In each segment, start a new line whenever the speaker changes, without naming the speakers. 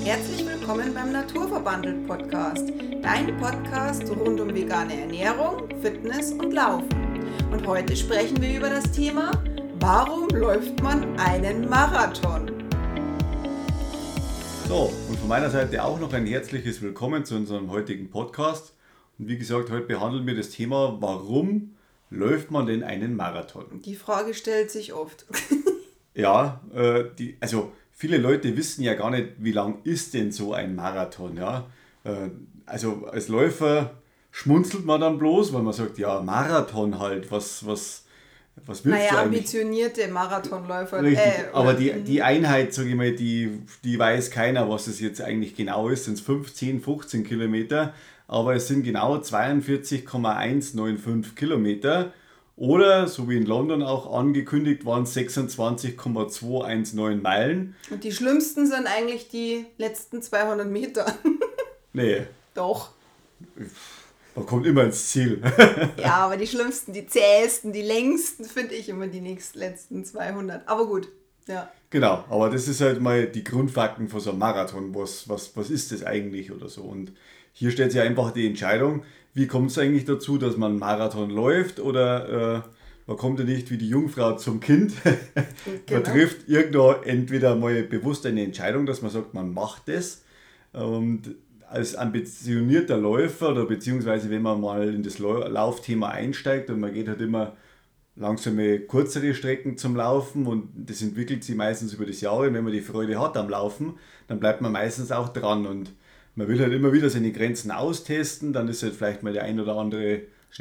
Herzlich willkommen beim Naturverbandelt Podcast, dein Podcast rund um vegane Ernährung, Fitness und Laufen. Und heute sprechen wir über das Thema, warum läuft man einen Marathon?
So, und von meiner Seite auch noch ein herzliches Willkommen zu unserem heutigen Podcast. Und wie gesagt, heute behandeln wir das Thema, warum läuft man denn einen Marathon?
Die Frage stellt sich oft.
Ja, viele Leute wissen ja gar nicht, wie lang ist denn so ein Marathon. Ja? Also als Läufer schmunzelt man dann bloß, weil man sagt, ja, Marathon halt, was willst du eigentlich?
Ambitionierte Marathonläufer.
Richtig, aber die Einheit, sage ich mal, die weiß keiner, was es jetzt eigentlich genau ist. Sind es 15, 15 Kilometer, aber es sind genau 42,195 Kilometer. Oder, so wie in London auch angekündigt, waren es 26,219 Meilen.
Und die schlimmsten sind eigentlich die letzten 200 Meter.
Nee.
Doch.
Man kommt immer ins Ziel.
Ja, aber die schlimmsten, die zähesten, die längsten finde ich immer die letzten 200. Aber gut, ja.
Genau, aber das ist halt mal die Grundfakten von so einem Marathon. Was ist das eigentlich oder so? Und hier stellt sich einfach die Entscheidung, wie kommt es eigentlich dazu, dass man einen Marathon läuft oder man kommt ja nicht wie die Jungfrau zum Kind.
Genau.
Man trifft irgendwo entweder mal bewusst eine Entscheidung, dass man sagt, man macht das. Und als ambitionierter Läufer oder beziehungsweise wenn man mal in das Laufthema einsteigt und man geht halt immer langsame, kürzere Strecken zum Laufen und das entwickelt sich meistens über das Jahr. Und wenn man die Freude hat am Laufen, dann bleibt man meistens auch dran und man will halt immer wieder seine Grenzen austesten, dann ist halt vielleicht mal der ein oder andere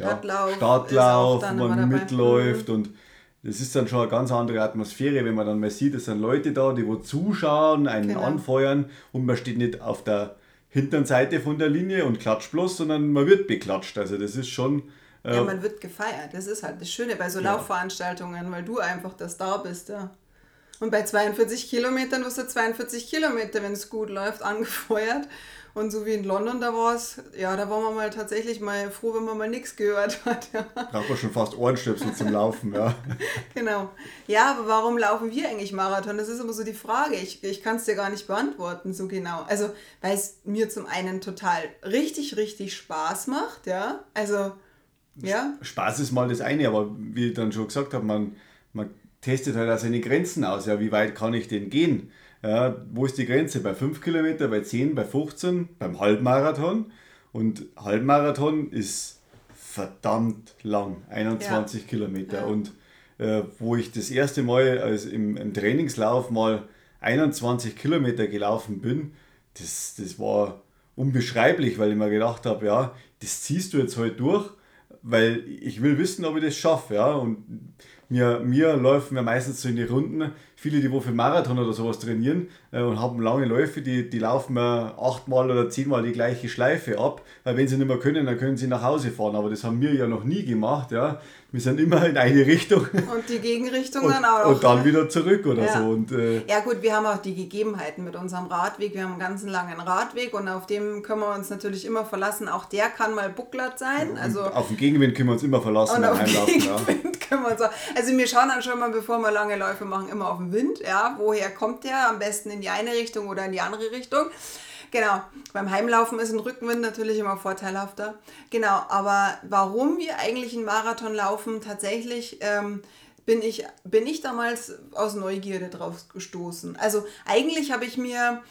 Startlauf, wo man mitläuft und das ist dann schon eine ganz andere Atmosphäre, wenn man dann mal sieht, es sind Leute da, die wo zuschauen, einen anfeuern und man steht nicht auf der hinteren Seite von der Linie und klatscht bloß, sondern man wird beklatscht, also das ist schon...
Ja, man wird gefeiert, das ist halt das Schöne bei so Laufveranstaltungen, weil du einfach das da bist, ja. Und bei 42 Kilometern wirst du 42 Kilometer, wenn es gut läuft, angefeuert. Und so wie in London, da waren wir mal tatsächlich mal froh, wenn man mal nichts gehört hat. Ja.
Da hat man schon fast Ohrenstöpsel zum Laufen, ja.
Genau. Ja, aber warum laufen wir eigentlich Marathon? Das ist immer so die Frage. Ich kann es dir gar nicht beantworten, so genau. Also, weil es mir zum einen total richtig, richtig Spaß macht, ja. Also, ja.
Spaß ist mal das eine, aber wie ich dann schon gesagt habe, man testet halt auch seine Grenzen aus. Ja, wie weit kann ich denn gehen? Ja, wo ist die Grenze? Bei 5 Kilometer, bei 10, bei 15, beim Halbmarathon. Und Halbmarathon ist verdammt lang, 21 Kilometer.
Ja.
Und wo ich das erste Mal im Trainingslauf mal 21 Kilometer gelaufen bin, das war unbeschreiblich, weil ich mir gedacht habe, ja, das ziehst du jetzt halt durch, weil ich will wissen, ob ich das schaffe. Ja? Und wir laufen ja meistens so in die Runden. Viele, die für Marathon oder sowas trainieren und haben lange Läufe, die laufen ja 8-mal oder 10-mal die gleiche Schleife ab. Weil wenn sie nicht mehr können, dann können sie nach Hause fahren. Aber das haben wir ja noch nie gemacht. Ja. Wir sind immer in eine Richtung.
Und die Gegenrichtung dann auch.
Und dann wieder zurück oder so. Und,
ja gut, wir haben auch die Gegebenheiten mit unserem Radweg. Wir haben einen ganz langen Radweg und auf dem können wir uns natürlich immer verlassen. Auch der kann mal bucklert sein. Also
auf den Gegenwind können wir uns immer verlassen.
Und auf den Gegenwind können wir uns auch. Also wir schauen dann schon mal, bevor wir lange Läufe machen, immer auf den Wind. Ja, woher kommt der? Am besten in die eine Richtung oder in die andere Richtung. Genau, beim Heimlaufen ist ein Rückenwind natürlich immer vorteilhafter. Genau, aber warum wir eigentlich einen Marathon laufen, tatsächlich bin ich damals aus Neugierde drauf gestoßen. Also eigentlich habe ich mir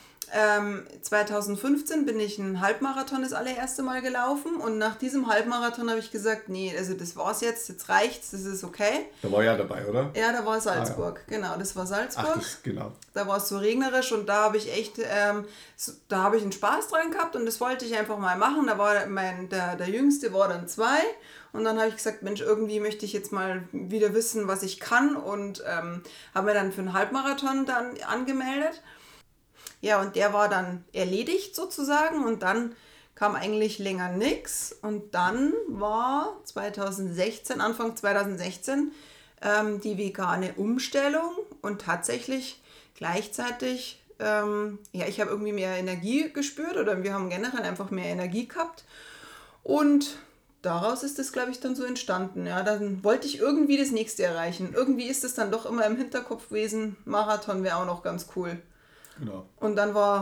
2015 bin ich einen Halbmarathon das allererste Mal gelaufen und nach diesem Halbmarathon habe ich gesagt, nee, also das war's jetzt reicht's, das ist okay.
Da war ja dabei, oder?
Ja, da war Salzburg, Genau, das war Salzburg.
Genau.
Da war es so regnerisch und da habe ich echt, da habe ich einen Spaß dran gehabt und das wollte ich einfach mal machen. Da war der Jüngste war dann 2 und dann habe ich gesagt, Mensch, irgendwie möchte ich jetzt mal wieder wissen, was ich kann und habe mir dann für einen Halbmarathon dann angemeldet. Ja, und der war dann erledigt sozusagen und dann kam eigentlich länger nichts und dann war Anfang 2016 die vegane Umstellung und tatsächlich gleichzeitig, ich habe irgendwie mehr Energie gespürt oder wir haben generell einfach mehr Energie gehabt und daraus ist das, glaube ich, dann so entstanden. Ja, dann wollte ich irgendwie das nächste erreichen. Irgendwie ist es dann doch immer im Hinterkopf gewesen, Marathon wäre auch noch ganz cool.
Genau.
Und dann war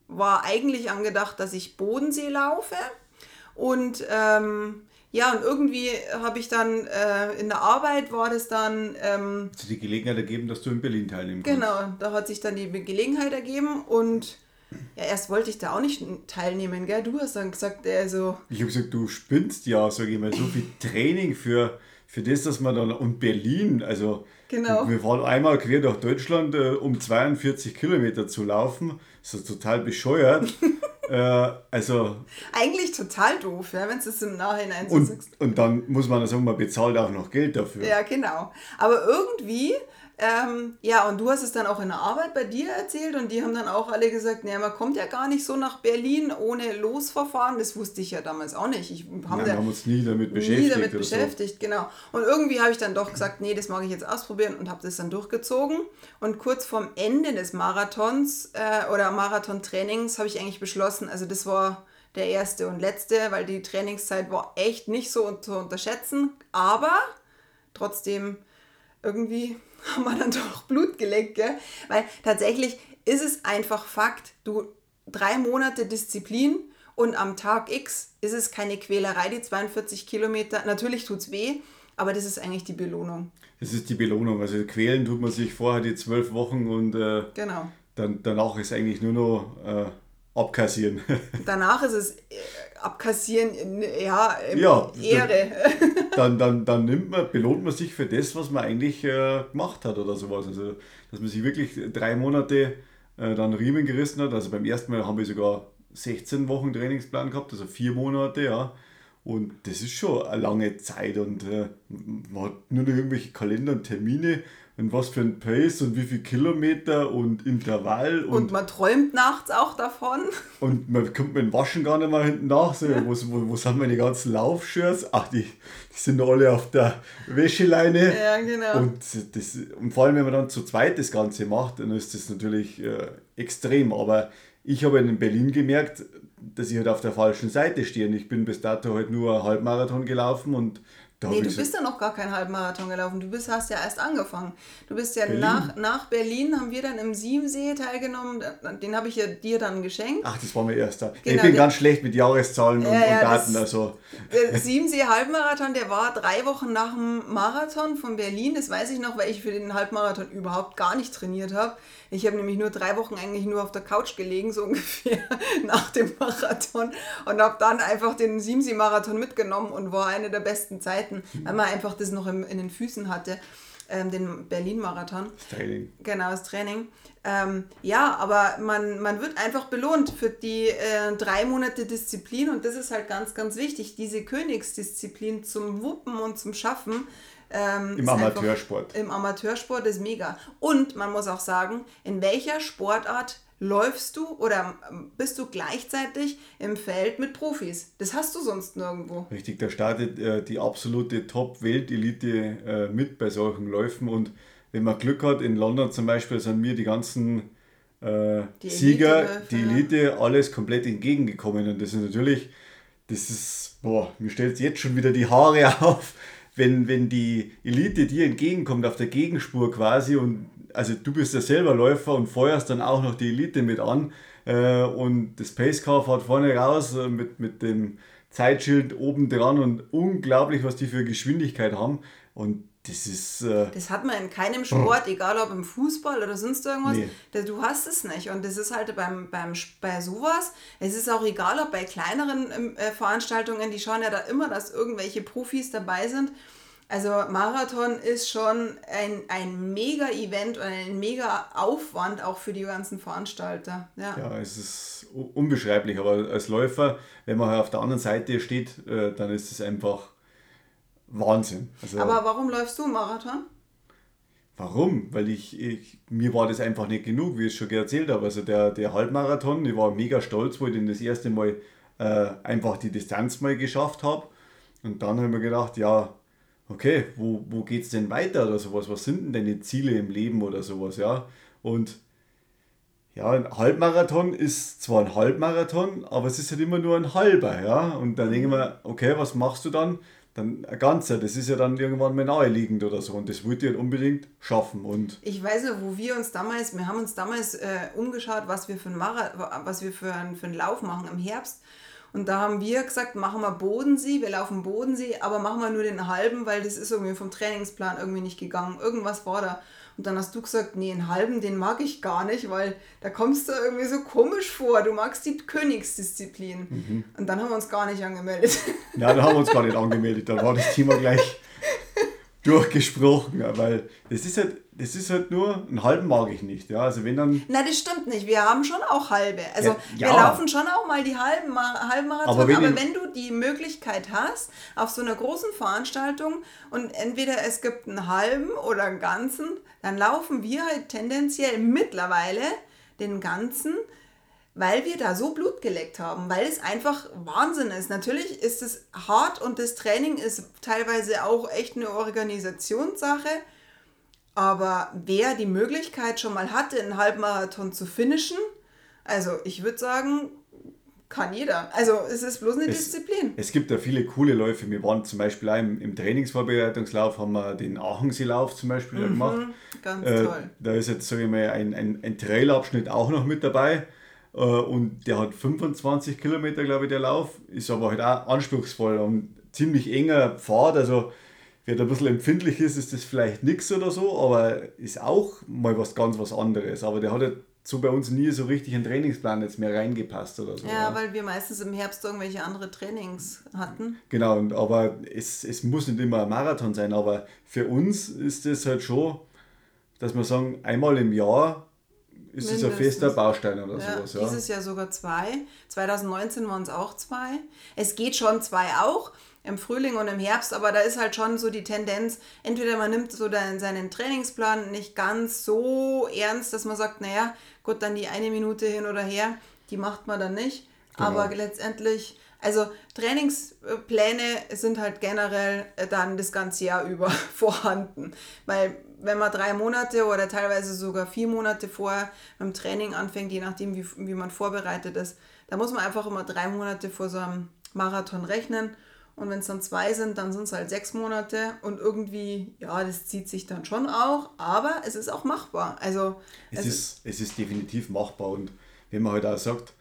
war eigentlich angedacht, dass ich Bodensee laufe. Und ja, und irgendwie habe ich dann in der Arbeit war das dann...
Hat sich die Gelegenheit ergeben, dass du in Berlin teilnehmen kannst.
Genau, da hat sich dann die Gelegenheit ergeben und ja, erst wollte ich da auch nicht teilnehmen, gell? Du hast dann gesagt, also...
Ich habe gesagt, du spinnst ja, sage ich mal, so viel Training für das, dass man dann... Und Berlin, also...
Genau.
Wir fahren einmal quer durch Deutschland, um 42 Kilometer zu laufen. Das ist total bescheuert. Also...
Eigentlich total doof, ja, wenn du es im Nachhinein so sagst.
Und dann muss man sagen, man bezahlt auch noch Geld dafür.
Ja, genau. Aber irgendwie... ja, und du hast es dann auch in der Arbeit bei dir erzählt und die haben dann auch alle gesagt, naja, man kommt ja gar nicht so nach Berlin ohne Losverfahren. Das wusste ich ja damals auch nicht. Wir
haben uns nie damit beschäftigt.
So. Genau. Und irgendwie habe ich dann doch gesagt, nee, das mag ich jetzt ausprobieren und habe das dann durchgezogen. Und kurz vorm Ende des Marathons oder Marathontrainings habe ich eigentlich beschlossen, also das war der erste und letzte, weil die Trainingszeit war echt nicht so zu unterschätzen. Aber trotzdem irgendwie... haben wir dann doch Blut geleckt, gell? Weil tatsächlich ist es einfach Fakt, 3 Monate Disziplin und am Tag X ist es keine Quälerei, die 42 Kilometer. Natürlich tut es weh, aber das ist eigentlich die Belohnung.
Das ist die Belohnung. Also quälen tut man sich vorher die 12 Wochen und
genau.
Danach ist eigentlich nur noch abkassieren.
Danach ist es abkassieren, Ehre.
Dann belohnt man sich für das, was man eigentlich gemacht hat oder sowas. Also, dass man sich wirklich 3 Monate dann Riemen gerissen hat. Also beim ersten Mal haben wir sogar 16 Wochen Trainingsplan gehabt, also 4 Monate, ja. Und das ist schon eine lange Zeit und man hat nur noch irgendwelche Kalender und Termine und was für ein Pace und wie viel Kilometer und Intervall.
Und man träumt nachts auch davon.
Und man kommt mit dem Waschen gar nicht mehr hinten nach. So, wo sind meine ganzen Laufshirts? Ach, die sind alle auf der Wäscheleine.
Ja, genau.
Und vor allem, wenn man dann zu zweit das Ganze macht, dann ist das natürlich extrem. Aber ich habe in Berlin gemerkt, dass ich halt auf der falschen Seite stehe. Und ich bin bis dato halt nur einen Halbmarathon gelaufen und
nee, du bist ja noch gar keinen Halbmarathon gelaufen. Du hast ja erst angefangen. Du bist ja nach Berlin, haben wir dann im Siemensee teilgenommen. Den habe ich ja dir dann geschenkt.
Ach, das war mir erst da.
Genau,
ich bin ganz schlecht mit Jahreszahlen und Daten.
Der Siemensee Halbmarathon, der war 3 Wochen nach dem Marathon von Berlin. Das weiß ich noch, weil ich für den Halbmarathon überhaupt gar nicht trainiert habe. Ich habe nämlich nur 3 Wochen eigentlich nur auf der Couch gelegen, so ungefähr nach dem Marathon. Und habe dann einfach den Siemensee-Marathon mitgenommen und war eine der besten Zeiten, weil man einfach das noch in den Füßen hatte, den Berlin-Marathon.
Das Training.
Genau, das Training. Ja, aber man wird einfach belohnt für die 3 Monate Disziplin und das ist halt ganz, ganz wichtig, diese Königsdisziplin zum Wuppen und zum Schaffen.
Im Amateursport.
Im Amateursport ist mega. Und man muss auch sagen, in welcher Sportart läufst du oder bist du gleichzeitig im Feld mit Profis? Das hast du sonst nirgendwo.
Richtig, da startet die absolute Top-Weltelite mit bei solchen Läufen und wenn man Glück hat, in London zum Beispiel sind mir die ganzen Sieger, die Elite, alles komplett entgegengekommen und das ist natürlich, mir stellt jetzt schon wieder die Haare auf, wenn die Elite dir entgegenkommt auf der Gegenspur quasi und also du bist ja selber Läufer und feuerst dann auch noch die Elite mit an und das Pacecar fährt vorne raus mit dem Zeitschild oben dran und unglaublich, was die für Geschwindigkeit haben und das ist...
das hat man in keinem Sport, egal ob im Fußball oder sonst irgendwas,
nee.
Du hast es nicht und das ist halt bei sowas, es ist auch egal, ob bei kleineren Veranstaltungen, die schauen ja da immer, dass irgendwelche Profis dabei sind. Also Marathon ist schon ein Mega-Event und ein Mega-Aufwand auch für die ganzen Veranstalter.
Ja, es ist unbeschreiblich, aber als Läufer, wenn man auf der anderen Seite steht, dann ist es einfach Wahnsinn. Also,
aber warum läufst du einen Marathon?
Warum? Weil mir war das einfach nicht genug, wie ich es schon erzählt habe. Also der Halbmarathon, ich war mega stolz, wo ich den das erste Mal einfach die Distanz mal geschafft habe. Und dann habe ich mir gedacht, ja, okay, wo geht es denn weiter oder sowas? Was sind denn deine Ziele im Leben oder sowas? Ja? Und ja, ein Halbmarathon ist zwar ein Halbmarathon, aber es ist halt immer nur ein halber. Ja? Und dann denke ich mir, okay, was machst du dann? dann ein Ganzer, das ist ja dann irgendwann mal naheliegend oder so und das wollte ich halt unbedingt schaffen. Und
ich weiß nicht, wir haben uns damals umgeschaut, was wir für einen Lauf machen im Herbst. Und da haben wir gesagt, machen wir Bodensee, wir laufen Bodensee, aber machen wir nur den halben, weil das ist irgendwie vom Trainingsplan irgendwie nicht gegangen. Irgendwas war da. Und dann hast du gesagt, nee, einen halben, den mag ich gar nicht, weil da kommst du irgendwie so komisch vor. Du magst die Königsdisziplin. Und dann haben wir uns gar nicht angemeldet.
ja, da haben wir uns gar nicht angemeldet, da war das Thema gleich durchgesprochen, weil das ist halt nur, einen halben mag ich nicht. Ja, also wenn dann...
Na, das stimmt nicht. Wir haben schon auch halbe. Also
ja.
Wir laufen schon auch mal die Halbmarathon, aber wenn du die Möglichkeit hast, auf so einer großen Veranstaltung und entweder es gibt einen halben oder einen ganzen, dann laufen wir halt tendenziell mittlerweile den ganzen, weil wir da so Blut geleckt haben, weil es einfach Wahnsinn ist. Natürlich ist es hart und das Training ist teilweise auch echt eine Organisationssache, aber wer die Möglichkeit schon mal hatte, einen Halbmarathon zu finishen, also ich würde sagen, kann jeder. Also es ist bloß eine Disziplin.
Es gibt ja viele coole Läufe. Wir waren zum Beispiel auch im Trainingsvorbereitungslauf, haben wir den Aachenseelauf zum Beispiel gemacht.
Ganz toll.
Da ist jetzt, sage ich mal, ein Trailabschnitt auch noch mit dabei. Und der hat 25 Kilometer, glaube ich, der Lauf. Ist aber halt auch anspruchsvoll und ziemlich enger Pfad. Also wer da ein bisschen empfindlich ist das vielleicht nichts oder so, aber ist auch mal was anderes. Aber der hat halt so bei uns nie so richtig in den Trainingsplan jetzt mehr reingepasst oder so.
Ja, weil wir meistens im Herbst irgendwelche andere Trainings hatten.
Genau, aber es muss nicht immer ein Marathon sein, aber für uns ist es halt schon, dass wir sagen, einmal im Jahr ist es ein fester Baustein oder sowas. Ja.
Dieses Jahr sogar 2. 2019 waren es auch 2. Es geht schon 2 auch, im Frühling und im Herbst, aber da ist halt schon so die Tendenz, entweder man nimmt so seinen Trainingsplan nicht ganz so ernst, dass man sagt, naja, gut, dann die 1 Minute hin oder her, die macht man dann nicht. Genau. Aber letztendlich, also Trainingspläne sind halt generell dann das ganze Jahr über vorhanden. Weil wenn man 3 Monate oder teilweise sogar 4 Monate vorher mit dem Training anfängt, je nachdem wie man vorbereitet ist, da muss man einfach immer 3 Monate vor so einem Marathon rechnen. Und wenn es dann 2 sind, dann sind es halt 6 Monate und irgendwie, ja, das zieht sich dann schon auch, aber es ist auch machbar. Also
es ist definitiv machbar und wenn man halt auch sagt,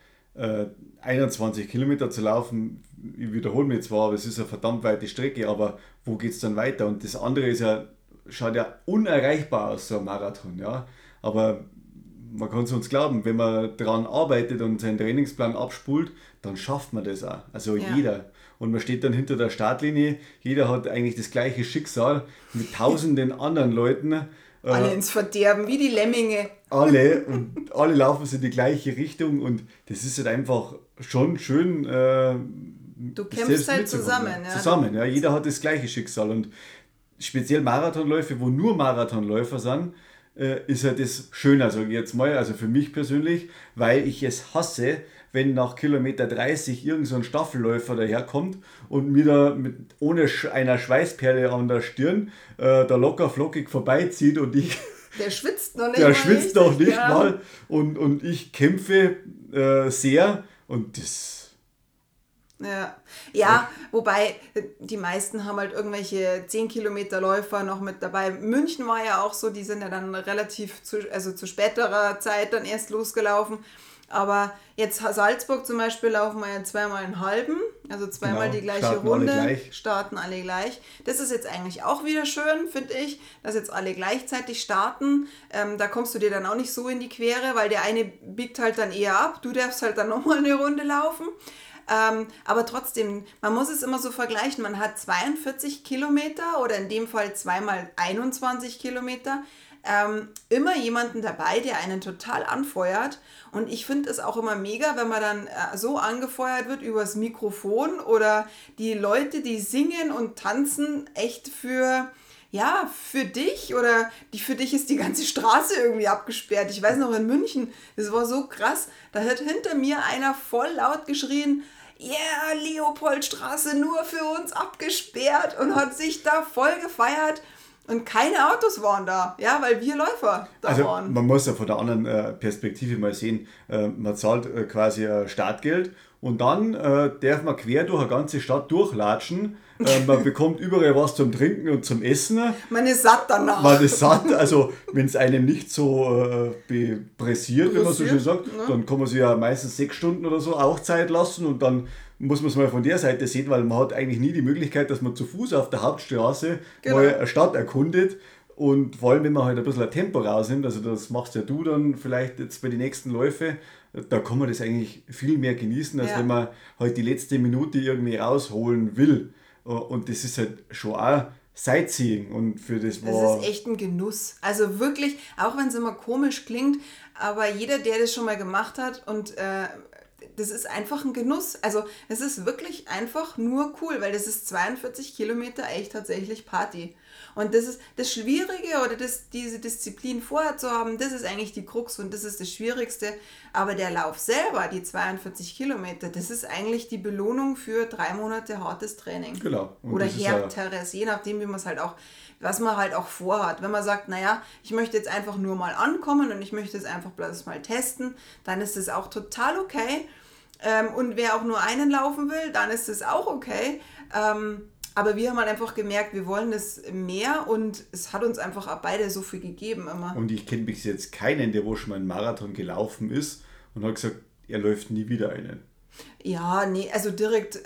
21 Kilometer zu laufen, ich wiederhole mich zwar, aber es ist eine verdammt weite Strecke, aber wo geht es dann weiter? Und das andere ist ja, schaut ja unerreichbar aus, so ein Marathon, ja, aber man kann es uns glauben, wenn man daran arbeitet und seinen Trainingsplan abspult, dann schafft man das auch, also jeder. Und man steht dann hinter der Startlinie, jeder hat eigentlich das gleiche Schicksal mit tausenden anderen Leuten.
Alle ins Verderben, wie die Lemminge.
Alle laufen in die gleiche Richtung und das ist halt einfach schon schön.
Du kämpfst halt zusammen.
Ja. Zusammen, ja. Jeder hat das gleiche Schicksal und speziell Marathonläufe, wo nur Marathonläufer sind, ist halt das schön, also jetzt mal, also für mich persönlich, weil ich es hasse, wenn nach Kilometer 30 irgend so ein Staffelläufer daherkommt und mir da ohne einer Schweißperle an der Stirn da locker flockig vorbeizieht und ich...
Der schwitzt noch nicht
mal. Der schwitzt noch nicht mal und ich kämpfe sehr und das...
Ja, wobei die meisten haben halt irgendwelche 10 Kilometer Läufer noch mit dabei. München war ja auch so, die sind ja dann relativ zu späterer Zeit dann erst losgelaufen. Aber jetzt Salzburg zum Beispiel laufen wir ja 2-mal einen halben, also 2-mal die gleiche Runde, starten alle gleich. Das ist jetzt eigentlich auch wieder schön, finde ich, dass jetzt alle gleichzeitig starten. Da kommst du dir dann auch nicht so in die Quere, weil der eine biegt halt dann eher ab, du darfst halt dann nochmal eine Runde laufen. Aber trotzdem, man muss es immer so vergleichen, man hat 42 Kilometer oder in dem Fall 2-mal 21 Kilometer, immer jemanden dabei, der einen total anfeuert und ich finde es auch immer mega, wenn man dann so angefeuert wird übers Mikrofon oder die Leute, die singen und tanzen echt für dich oder für dich ist die ganze Straße irgendwie abgesperrt. Ich weiß noch in München, das war so krass, da hat hinter mir einer voll laut geschrien, yeah, Leopoldstraße nur für uns abgesperrt und hat sich da voll gefeiert. Und keine Autos waren da, ja, weil wir Läufer da
Also
waren.
man muss ja von der anderen Perspektive mal sehen, man zahlt quasi Startgeld und dann darf man quer durch eine ganze Stadt durchlatschen. Man bekommt überall was zum Trinken und zum Essen.
Man ist satt danach.
Man ist satt, also wenn es einem nicht so pressiert, wenn man so schön sagt,
ne?
dann kann man sich ja meistens 6 Stunden oder so auch Zeit lassen und dann muss man es mal von der Seite sehen, weil man hat eigentlich nie die Möglichkeit, dass man zu Fuß auf der Hauptstraße mal eine Stadt erkundet. Und vor allem, wenn man halt ein bisschen ein Tempo rausnimmt, also das machst ja du dann vielleicht jetzt bei den nächsten Läufen, da kann man das eigentlich viel mehr genießen, als wenn man halt die letzte Minute irgendwie rausholen will. Und das ist halt schon auch Sightseeing und für das war...
Das ist echt ein Genuss. Also wirklich, auch wenn es immer komisch klingt, aber jeder, der das schon mal gemacht hat und das ist einfach ein Genuss. Also es ist wirklich einfach nur cool, weil das ist 42 Kilometer echt tatsächlich Party. Und das ist das Schwierige oder diese Disziplin vorher zu haben, das ist eigentlich die Krux und das ist das Schwierigste. Aber der Lauf selber, die 42 Kilometer, das ist eigentlich die Belohnung für 3 Monate hartes Training.
Genau. Und
oder
das ist
härteres, je nachdem, wie man es halt auch, was man halt auch vorhat. Wenn man sagt, naja, ich möchte jetzt einfach nur mal ankommen und ich möchte es einfach bloß mal testen, dann ist es auch total okay. Und wer auch nur einen laufen will, dann ist es auch okay. Aber wir haben halt einfach gemerkt, wir wollen das mehr und es hat uns einfach auch beide so viel gegeben immer.
Und ich kenne bis jetzt keinen, der wo schon mal einen Marathon gelaufen ist und hat gesagt, er läuft nie wieder einen.
Ja, nee, also direkt,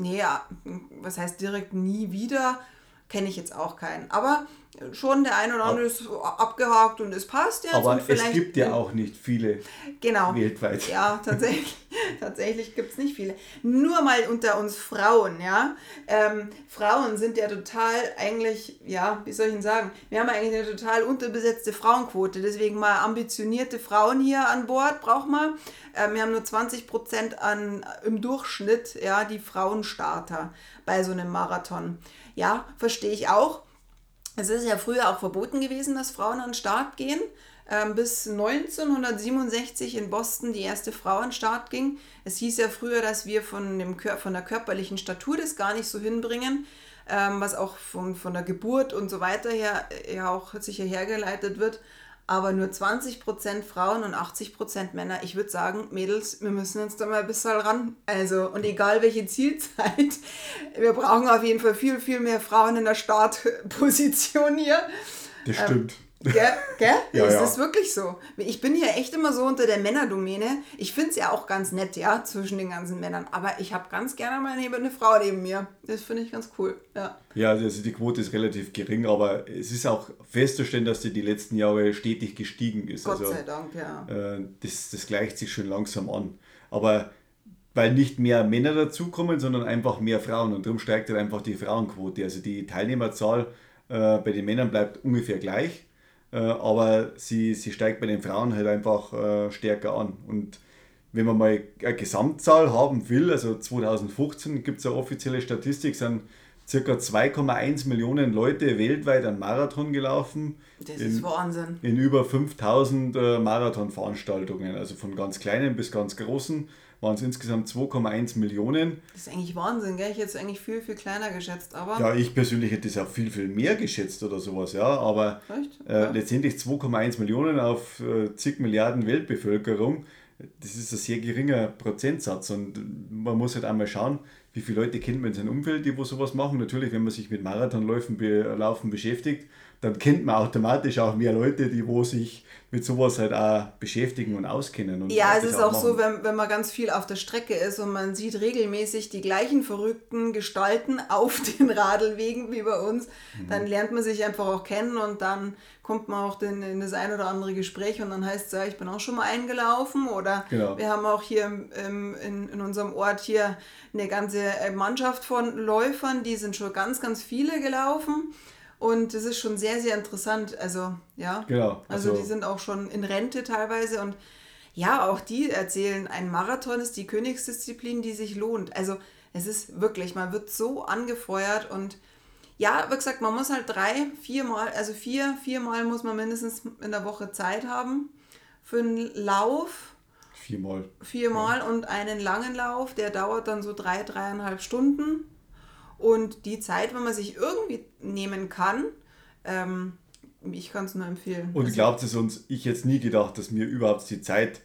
was heißt direkt nie wieder, kenne ich jetzt auch keinen. Aber schon der eine oder andere ist abgehakt und es passt jetzt.
Aber
und vielleicht
es gibt ja auch nicht viele weltweit.
Ja, tatsächlich gibt es nicht viele. Nur mal unter uns Frauen, ja. Frauen sind ja total eigentlich, ja, wie soll ich denn sagen, wir haben eigentlich eine total unterbesetzte Frauenquote. Deswegen mal ambitionierte Frauen hier an Bord brauchen wir. Wir haben nur 20% im Durchschnitt, ja, die Frauenstarter bei so einem Marathon. Ja, verstehe ich auch. Es ist ja früher auch verboten gewesen, dass Frauen an den Start gehen. Bis 1967 in Boston die erste Frau an den Start ging. Es hieß ja früher, dass wir von der körperlichen Statur das gar nicht so hinbringen, was auch von der Geburt und so weiter her ja auch sicher hergeleitet wird. Aber nur 20% Frauen und 80% Männer. Ich würde sagen, Mädels, wir müssen uns da mal ein bisschen ran. Also, und egal welche Zielzeit, wir brauchen auf jeden Fall viel, viel mehr Frauen in der Startposition hier.
Das stimmt.
Gell?
Ja,
das
ja.
ist wirklich so. Ich bin hier echt immer so unter der Männerdomäne. Ich finde es ja auch ganz nett, ja, zwischen den ganzen Männern. Aber ich habe ganz gerne mal eine Frau neben mir. Das finde ich ganz cool, ja.
Ja, also die Quote ist relativ gering, aber es ist auch festzustellen, dass die letzten Jahre stetig gestiegen ist.
Gott sei Dank, ja.
Das gleicht sich schon langsam an. Aber weil nicht mehr Männer dazukommen, sondern einfach mehr Frauen. Und darum steigt halt einfach die Frauenquote. Also die Teilnehmerzahl bei den Männern bleibt ungefähr gleich. Aber sie steigt bei den Frauen halt einfach stärker an. Und wenn man mal eine Gesamtzahl haben will, also 2015 gibt es eine offizielle Statistik, sind ca. 2,1 Millionen Leute weltweit einen Marathon gelaufen.
Das ist Wahnsinn.
In über 5000 Marathonveranstaltungen, also von ganz kleinen bis ganz großen, waren es insgesamt 2,1 Millionen.
Das ist eigentlich Wahnsinn, gell? Ich hätte es eigentlich viel, viel kleiner geschätzt, aber...
Ja, ich persönlich hätte es auch viel, viel mehr geschätzt oder sowas, ja, aber letztendlich 2,1 Millionen auf zig Milliarden Weltbevölkerung, das ist ein sehr geringer Prozentsatz und man muss halt einmal schauen, wie viele Leute kennt man in seinem Umfeld, die wo sowas machen. Natürlich, wenn man sich mit Marathonläufen beschäftigt, dann kennt man automatisch auch mehr Leute, die wo sich mit sowas halt auch beschäftigen und auskennen. Und
ja, es ist auch so, wenn man ganz viel auf der Strecke ist und man sieht regelmäßig die gleichen verrückten Gestalten auf den Radlwegen wie bei uns, dann lernt man sich einfach auch kennen und dann kommt man auch in das ein oder andere Gespräch und dann heißt es ja, ich bin auch schon mal eingelaufen oder wir haben auch hier in unserem Ort hier eine ganze Mannschaft von Läufern, die sind schon ganz, ganz viele gelaufen. Und das ist schon sehr, sehr interessant. Also, ja.
Genau.
Also die sind auch schon in Rente teilweise. Und ja, auch die erzählen, ein Marathon ist die Königsdisziplin, die sich lohnt. Also es ist wirklich, man wird so angefeuert. Und ja, wie gesagt, man muss halt 4-mal muss man mindestens in der Woche Zeit haben für einen Lauf. Viermal und einen langen Lauf, der dauert dann so 3,5 Stunden. Und die Zeit, wenn man sich irgendwie nehmen kann, Ich kann es nur empfehlen.
Und glaubt es uns, ich hätte nie gedacht, dass wir überhaupt die Zeit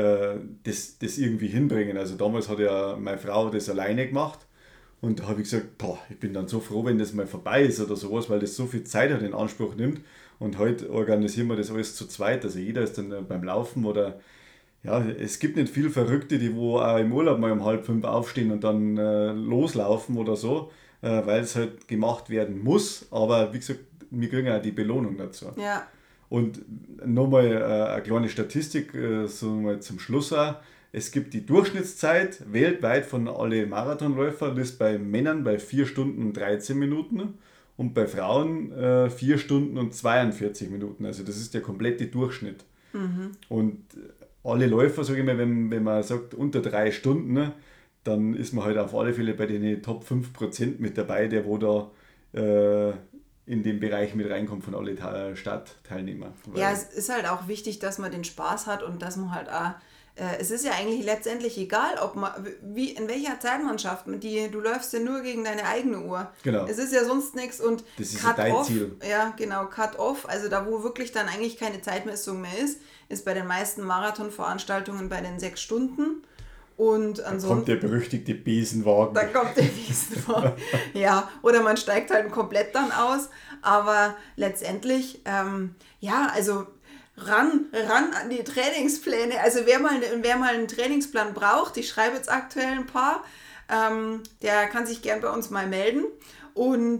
das irgendwie hinbringen. Also damals hat ja meine Frau das alleine gemacht und da habe ich gesagt, ich bin dann so froh, wenn das mal vorbei ist oder sowas, weil das so viel Zeit halt in Anspruch nimmt. Und heute organisieren wir das alles zu zweit. Also jeder ist dann beim Laufen oder ja, es gibt nicht viel Verrückte, die wo auch im Urlaub mal um 4:30 aufstehen und dann loslaufen oder so, weil es halt gemacht werden muss. Aber wie gesagt, wir kriegen auch die Belohnung dazu.
Ja.
Und nochmal eine kleine Statistik so mal zum Schluss auch. Es gibt die Durchschnittszeit weltweit von allen Marathonläufern, das ist bei Männern bei 4 Stunden und 13 Minuten und bei Frauen 4 Stunden und 42 Minuten. Also das ist der komplette Durchschnitt. Mhm. Und alle Läufer, sage ich mal, wenn man sagt unter 3 Stunden, ne, dann ist man halt auf alle Fälle bei den Top 5% mit dabei, der wo da in den Bereich mit reinkommt von allen Startteilnehmern.
Ja, es ist halt auch wichtig, dass man den Spaß hat und dass man halt auch, es ist ja eigentlich letztendlich egal, ob man, in welcher Zeit man schafft. Du läufst ja nur gegen deine eigene Uhr.
Genau.
Es ist ja sonst nichts und
das ist dein Ziel.
Ja, genau, Cut-Off, also da, wo wirklich dann eigentlich keine Zeitmessung mehr ist bei den meisten Marathonveranstaltungen bei den 6 Stunden. Und ansonsten,
da kommt der berüchtigte Besenwagen.
Da kommt der Besenwagen. Ja, oder man steigt halt komplett dann aus. Aber letztendlich, also ran an die Trainingspläne. Also wer mal einen Trainingsplan braucht, ich schreibe jetzt aktuell ein paar, der kann sich gern bei uns mal melden. Und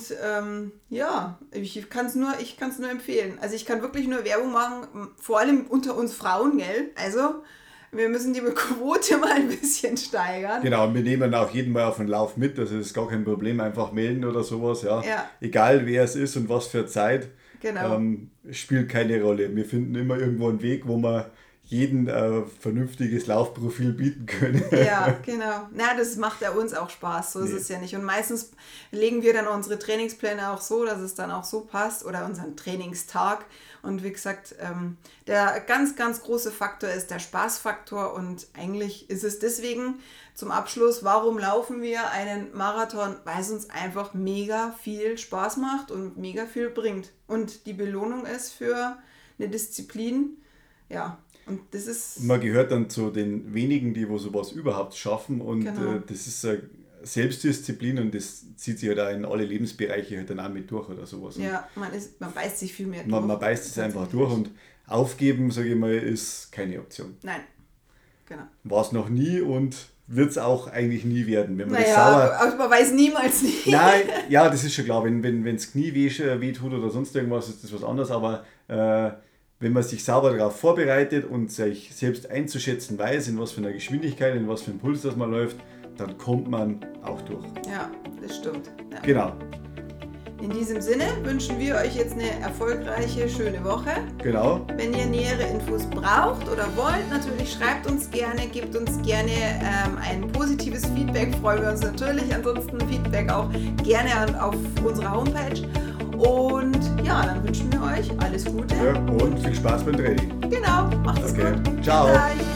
ich kann es nur empfehlen. Also ich kann wirklich nur Werbung machen, vor allem unter uns Frauen, gell? Also wir müssen die Quote mal ein bisschen steigern.
Genau, wir nehmen auch jeden Mal auf den Lauf mit, also das ist gar kein Problem, einfach melden oder sowas, ja.
Ja.
Egal wer es ist und was für Zeit,
genau.
Spielt keine Rolle. Wir finden immer irgendwo einen Weg, wo wir jeden vernünftiges Laufprofil bieten können.
Ja, genau. Das macht ja uns auch Spaß, so ist es ja nicht. Und meistens legen wir dann unsere Trainingspläne auch so, dass es dann auch so passt oder unseren Trainingstag. Und wie gesagt, der ganz, ganz große Faktor ist der Spaßfaktor und eigentlich ist es deswegen zum Abschluss, warum laufen wir einen Marathon? Weil es uns einfach mega viel Spaß macht und mega viel bringt. Und die Belohnung ist für eine Disziplin, ja. Und das ist...
Man gehört dann zu den wenigen, die wo sowas überhaupt schaffen und
genau.
Das ist Selbstdisziplin und das zieht sich halt auch in alle Lebensbereiche halt dann auch mit durch oder sowas.
Ja, man beißt sich viel mehr durch.
Man beißt es einfach durch und aufgeben, sage ich mal, ist keine Option.
Nein, genau.
War es noch nie und wird es auch eigentlich nie werden. Wenn man
aber man weiß niemals nie.
Nein, ja, das ist schon klar. Wenn das Knie weh tut oder sonst irgendwas, ist das was anderes, aber wenn man sich sauber darauf vorbereitet und sich selbst einzuschätzen weiß, in was für einer Geschwindigkeit, in was für einem Puls das man läuft, dann kommt man auch durch.
Ja, das stimmt. Ja.
Genau.
In diesem Sinne wünschen wir euch jetzt eine erfolgreiche, schöne Woche.
Genau.
Wenn ihr nähere Infos braucht oder wollt, natürlich schreibt uns gerne, gebt uns gerne ein positives Feedback, freuen wir uns natürlich. Ansonsten Feedback auch gerne auf unserer Homepage. Und ja, dann wünschen wir euch alles Gute.
Ja, und viel Spaß beim Training.
Genau, macht es gut.
Ciao.
Bis gleich.